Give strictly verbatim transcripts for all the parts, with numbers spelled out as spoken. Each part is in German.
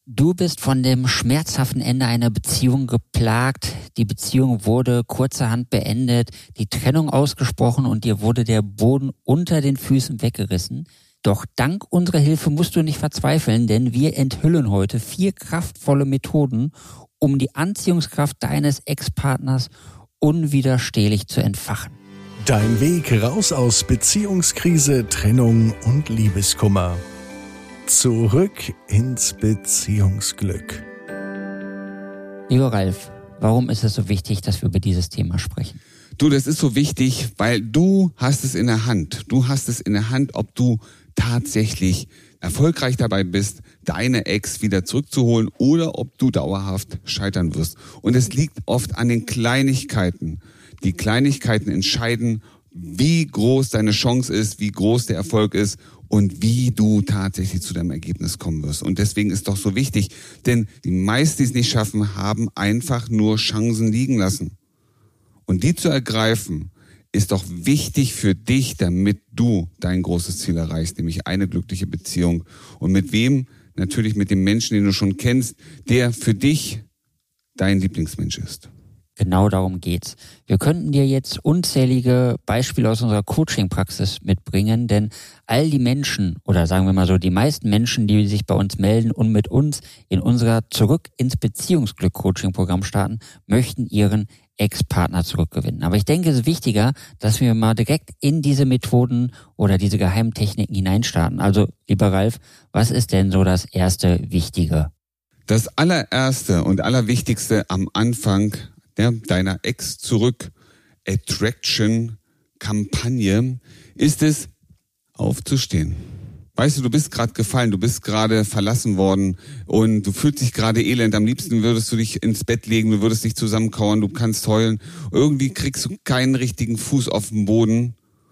Du bist von dem schmerzhaften Ende einer Beziehung geplagt. Die Beziehung wurde kurzerhand beendet, die Trennung ausgesprochen und dir wurde der Boden unter den Füßen weggerissen. Doch dank unserer Hilfe musst du nicht verzweifeln, denn wir enthüllen heute vier kraftvolle Methoden, um die Anziehungskraft deines Ex-Partners unwiderstehlich zu entfachen. Dein Weg raus aus Beziehungskrise, Trennung und Liebeskummer. Zurück ins Beziehungsglück. Lieber Ralf, warum ist es so wichtig, dass wir über dieses Thema sprechen? Du, das ist so wichtig, weil du hast es in der Hand. Du hast es in der Hand, ob du tatsächlich erfolgreich dabei bist, deine Ex wieder zurückzuholen oder ob du dauerhaft scheitern wirst. Und es liegt oft an den Kleinigkeiten. Die Kleinigkeiten entscheiden, wie groß deine Chance ist, wie groß der Erfolg ist und wie du tatsächlich zu deinem Ergebnis kommen wirst. Und deswegen ist doch so wichtig, denn die meisten, die es nicht schaffen, haben einfach nur Chancen liegen lassen. Und die zu ergreifen, ist doch wichtig für dich, damit du dein großes Ziel erreichst, nämlich eine glückliche Beziehung. Und mit wem? Natürlich mit dem Menschen, den du schon kennst, der für dich dein Lieblingsmensch ist. Genau darum geht's. Wir könnten dir jetzt unzählige Beispiele aus unserer Coaching-Praxis mitbringen, denn all die Menschen, oder sagen wir mal so, die meisten Menschen, die sich bei uns melden und mit uns in unserer Zurück ins Beziehungsglück Coaching-Programm starten, möchten ihren Ex-Partner zurückgewinnen. Aber ich denke, es ist wichtiger, dass wir mal direkt in diese Methoden oder diese Geheimtechniken hineinstarten. Also, lieber Ralf, was ist denn so das erste Wichtige? Das allererste und allerwichtigste am Anfang Ja, deiner Ex-Zurück-Attraction-Kampagne ist es, aufzustehen. Weißt du, du bist gerade gefallen, du bist gerade verlassen worden und du fühlst dich gerade elend. Am liebsten würdest du dich ins Bett legen, du würdest dich zusammenkauern, du kannst heulen. Irgendwie kriegst du keinen richtigen Fuß auf den Boden.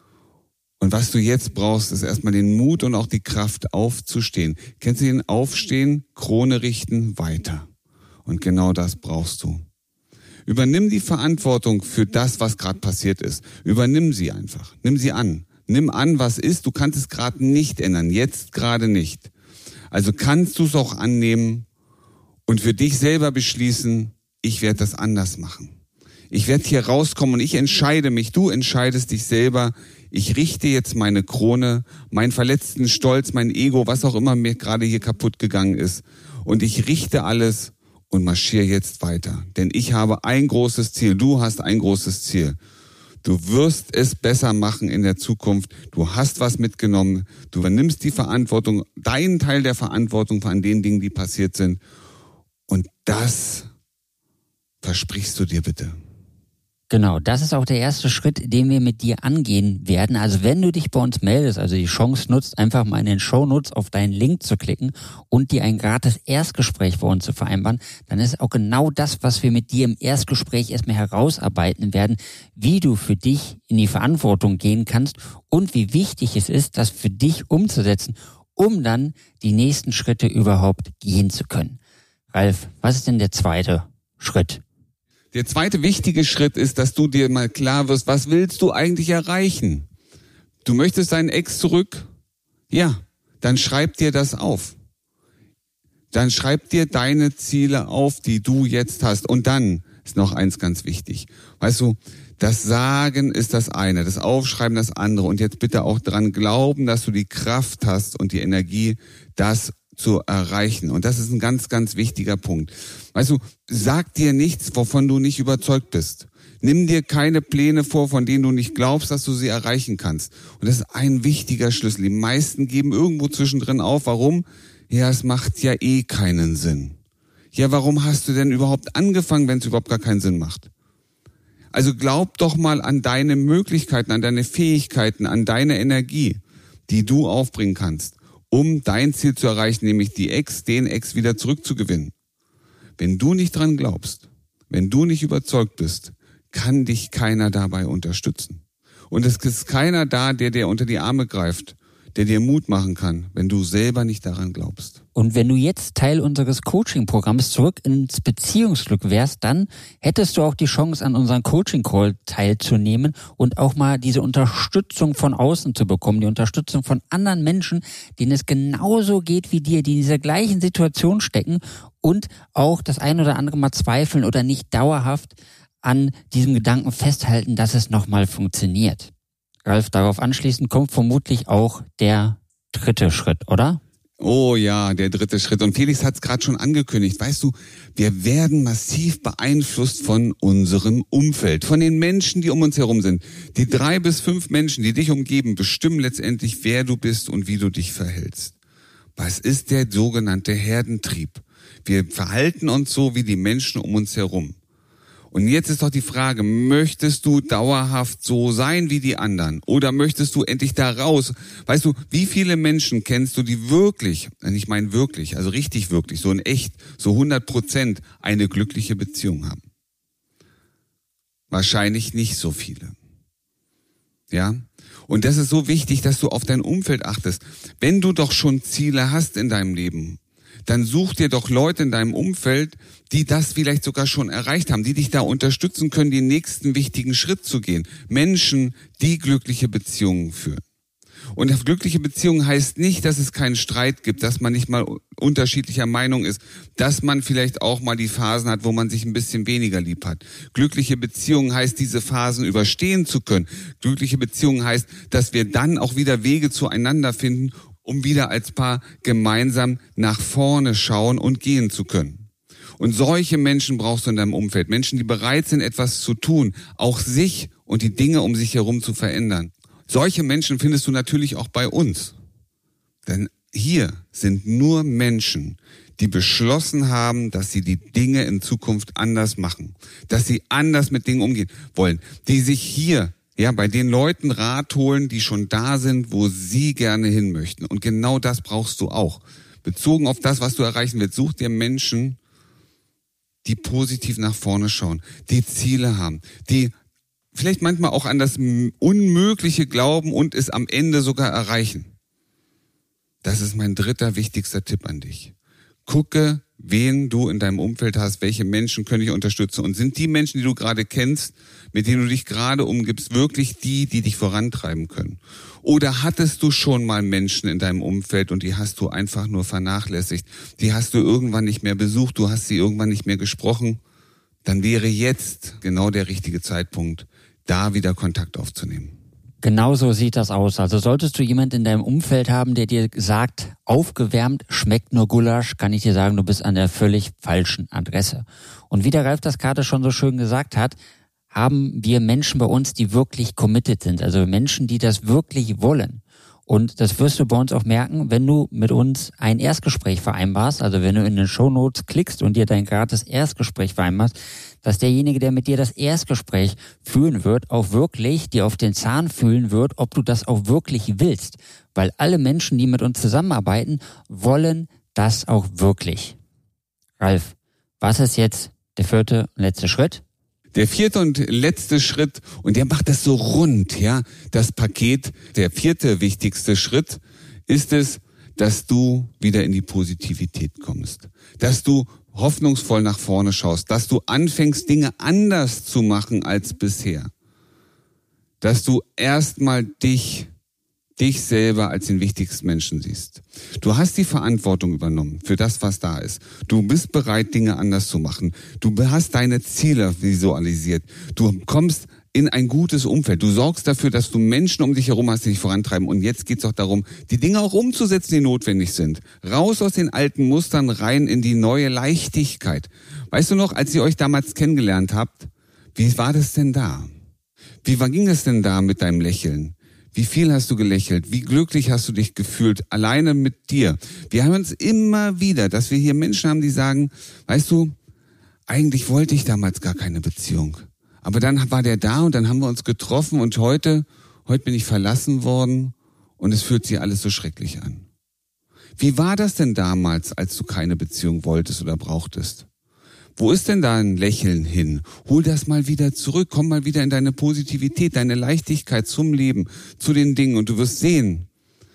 Und was du jetzt brauchst, ist erstmal den Mut und auch die Kraft, aufzustehen. Kennst du den Aufstehen, Krone richten, weiter. Und genau das brauchst du. Übernimm die Verantwortung für das, was gerade passiert ist. Übernimm sie einfach. Nimm sie an. Nimm an, was ist. Du kannst es gerade nicht ändern. Jetzt gerade nicht. Also kannst du es auch annehmen und für dich selber beschließen, ich werde das anders machen. Ich werde hier rauskommen und ich entscheide mich. Du entscheidest dich selber. Ich richte jetzt meine Krone, meinen verletzten Stolz, mein Ego, was auch immer mir gerade hier kaputt gegangen ist. Und ich richte alles und marschiere jetzt weiter. Denn ich habe ein großes Ziel. Du hast ein großes Ziel. Du wirst es besser machen in der Zukunft. Du hast was mitgenommen. Du übernimmst die Verantwortung, deinen Teil der Verantwortung an den Dingen, die passiert sind. Und das versprichst du dir bitte. Genau, das ist auch der erste Schritt, den wir mit dir angehen werden. Also wenn du dich bei uns meldest, also die Chance nutzt, einfach mal in den Shownotes auf deinen Link zu klicken und dir ein gratis Erstgespräch bei uns zu vereinbaren, dann ist auch genau das, was wir mit dir im Erstgespräch erstmal herausarbeiten werden, wie du für dich in die Verantwortung gehen kannst und wie wichtig es ist, das für dich umzusetzen, um dann die nächsten Schritte überhaupt gehen zu können. Ralf, was ist denn der zweite Schritt? Der zweite wichtige Schritt ist, dass du dir mal klar wirst, was willst du eigentlich erreichen? Du möchtest deinen Ex zurück? Ja, dann schreib dir das auf. Dann schreib dir deine Ziele auf, die du jetzt hast. Und dann ist noch eins ganz wichtig. Weißt du, das Sagen ist das eine, das Aufschreiben das andere. Und jetzt bitte auch dran glauben, dass du die Kraft hast und die Energie, das zu erreichen. Und das ist ein ganz, ganz wichtiger Punkt. Weißt du, sag dir nichts, wovon du nicht überzeugt bist. Nimm dir keine Pläne vor, von denen du nicht glaubst, dass du sie erreichen kannst. Und das ist ein wichtiger Schlüssel. Die meisten geben irgendwo zwischendrin auf. Warum? Ja, es macht ja eh keinen Sinn. Ja, warum hast du denn überhaupt angefangen, wenn es überhaupt gar keinen Sinn macht? Also glaub doch mal an deine Möglichkeiten, an deine Fähigkeiten, an deine Energie, die du aufbringen kannst, um dein Ziel zu erreichen, nämlich die Ex, den Ex wieder zurückzugewinnen. Wenn du nicht dran glaubst, wenn du nicht überzeugt bist, kann dich keiner dabei unterstützen. Und es ist keiner da, der dir unter die Arme greift, der dir Mut machen kann, wenn du selber nicht daran glaubst. Und wenn du jetzt Teil unseres Coaching-Programms Zurück ins Beziehungsglück wärst, dann hättest du auch die Chance, an unserem Coaching-Call teilzunehmen und auch mal diese Unterstützung von außen zu bekommen, die Unterstützung von anderen Menschen, denen es genauso geht wie dir, die in dieser gleichen Situation stecken und auch das ein oder andere Mal zweifeln oder nicht dauerhaft an diesem Gedanken festhalten, dass es nochmal funktioniert. Ralf, darauf anschließend kommt vermutlich auch der dritte Schritt, oder? Oh ja, der dritte Schritt. Und Felix hat es gerade schon angekündigt. Weißt du, wir werden massiv beeinflusst von unserem Umfeld, von den Menschen, die um uns herum sind. Die drei bis fünf Menschen, die dich umgeben, bestimmen letztendlich, wer du bist und wie du dich verhältst. Was ist der sogenannte Herdentrieb? Wir verhalten uns so wie die Menschen um uns herum. Und jetzt ist doch die Frage, möchtest du dauerhaft so sein wie die anderen? Oder möchtest du endlich da raus? Weißt du, wie viele Menschen kennst du, die wirklich, ich meine wirklich, also richtig wirklich, so in echt, so hundert Prozent eine glückliche Beziehung haben? Wahrscheinlich nicht so viele. Ja? Und das ist so wichtig, dass du auf dein Umfeld achtest. Wenn du doch schon Ziele hast in deinem Leben, dann such dir doch Leute in deinem Umfeld, die das vielleicht sogar schon erreicht haben, die dich da unterstützen können, den nächsten wichtigen Schritt zu gehen. Menschen, die glückliche Beziehungen führen. Und glückliche Beziehungen heißt nicht, dass es keinen Streit gibt, dass man nicht mal unterschiedlicher Meinung ist, dass man vielleicht auch mal die Phasen hat, wo man sich ein bisschen weniger lieb hat. Glückliche Beziehungen heißt, diese Phasen überstehen zu können. Glückliche Beziehungen heißt, dass wir dann auch wieder Wege zueinander finden, um wieder als Paar gemeinsam nach vorne schauen und gehen zu können. Und solche Menschen brauchst du in deinem Umfeld. Menschen, die bereit sind, etwas zu tun, auch sich und die Dinge um sich herum zu verändern. Solche Menschen findest du natürlich auch bei uns. Denn hier sind nur Menschen, die beschlossen haben, dass sie die Dinge in Zukunft anders machen. Dass sie anders mit Dingen umgehen wollen. Die sich hier Ja, bei den Leuten Rat holen, die schon da sind, wo sie gerne hin möchten. Und genau das brauchst du auch. Bezogen auf das, was du erreichen willst, such dir Menschen, die positiv nach vorne schauen, die Ziele haben, die vielleicht manchmal auch an das Unmögliche glauben und es am Ende sogar erreichen. Das ist mein dritter wichtigster Tipp an dich. Gucke, wen du in deinem Umfeld hast, welche Menschen können dich unterstützen. Und sind die Menschen, die du gerade kennst, mit denen du dich gerade umgibst, wirklich die, die dich vorantreiben können? Oder hattest du schon mal Menschen in deinem Umfeld und die hast du einfach nur vernachlässigt? Die hast du irgendwann nicht mehr besucht, du hast sie irgendwann nicht mehr gesprochen? Dann wäre jetzt genau der richtige Zeitpunkt, da wieder Kontakt aufzunehmen. Genau so sieht das aus. Also solltest du jemanden in deinem Umfeld haben, der dir sagt, aufgewärmt schmeckt nur Gulasch, kann ich dir sagen, du bist an der völlig falschen Adresse. Und wie der Ralf das gerade schon so schön gesagt hat, haben wir Menschen bei uns, die wirklich committed sind. Also Menschen, die das wirklich wollen. Und das wirst du bei uns auch merken, wenn du mit uns ein Erstgespräch vereinbarst, also wenn du in den Shownotes klickst und dir dein gratis Erstgespräch vereinbarst, dass derjenige, der mit dir das Erstgespräch führen wird, auch wirklich dir auf den Zahn fühlen wird, ob du das auch wirklich willst. Weil alle Menschen, die mit uns zusammenarbeiten, wollen das auch wirklich. Ralf, was ist jetzt der vierte und letzte Schritt? Der vierte und letzte Schritt, und der macht das so rund, ja, das Paket. Der vierte wichtigste Schritt ist es, dass du wieder in die Positivität kommst. Dass du hoffnungsvoll nach vorne schaust. Dass du anfängst, Dinge anders zu machen als bisher. Dass du erstmal dich, dich selber als den wichtigsten Menschen siehst. Du hast die Verantwortung übernommen für das, was da ist. Du bist bereit, Dinge anders zu machen. Du hast deine Ziele visualisiert. Du kommst in ein gutes Umfeld. Du sorgst dafür, dass du Menschen um dich herum hast, die dich vorantreiben. Und jetzt geht es auch darum, die Dinge auch umzusetzen, die notwendig sind. Raus aus den alten Mustern, rein in die neue Leichtigkeit. Weißt du noch, als ihr euch damals kennengelernt habt, wie war das denn da? Wie ging es denn da mit deinem Lächeln? Wie viel hast du gelächelt? Wie glücklich hast du dich gefühlt? Alleine mit dir. Wir haben uns immer wieder, dass wir hier Menschen haben, die sagen, weißt du, eigentlich wollte ich damals gar keine Beziehung. Aber dann war der da und dann haben wir uns getroffen und heute, heute bin ich verlassen worden und es fühlt sich alles so schrecklich an. Wie war das denn damals, als du keine Beziehung wolltest oder brauchtest? Wo ist denn da ein Lächeln hin? Hol das mal wieder zurück, komm mal wieder in deine Positivität, deine Leichtigkeit zum Leben, zu den Dingen und du wirst sehen,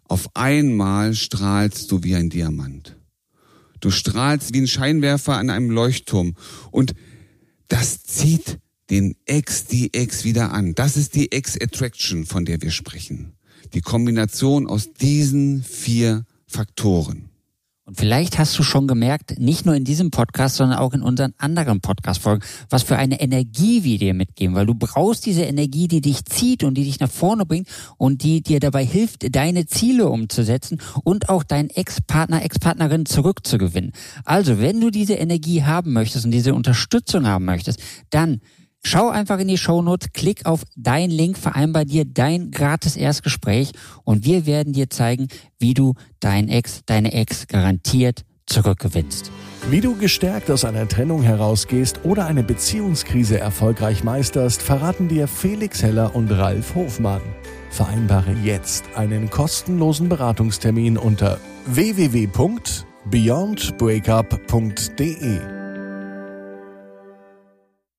Auf einmal strahlst du wie ein Diamant. Du strahlst wie ein Scheinwerfer an einem Leuchtturm und das zieht den Ex, die Ex wieder an. Das ist die Ex-Attraction, von der wir sprechen. Die Kombination aus diesen vier Faktoren. Und vielleicht hast du schon gemerkt, nicht nur in diesem Podcast, sondern auch in unseren anderen Podcast-Folgen, was für eine Energie wir dir mitgeben, weil du brauchst diese Energie, die dich zieht und die dich nach vorne bringt und die dir dabei hilft, deine Ziele umzusetzen und auch deinen Ex-Partner, Ex-Partnerin zurückzugewinnen. Also, wenn du diese Energie haben möchtest und diese Unterstützung haben möchtest, dann schau einfach in die Shownotes, klick auf deinen Link, vereinbar dir dein gratis Erstgespräch und wir werden dir zeigen, wie du dein Ex, deine Ex garantiert zurückgewinnst. Wie du gestärkt aus einer Trennung herausgehst oder eine Beziehungskrise erfolgreich meisterst, verraten dir Felix Heller und Ralf Hofmann. Vereinbare jetzt einen kostenlosen Beratungstermin unter w w w punkt beyond breakup punkt d e.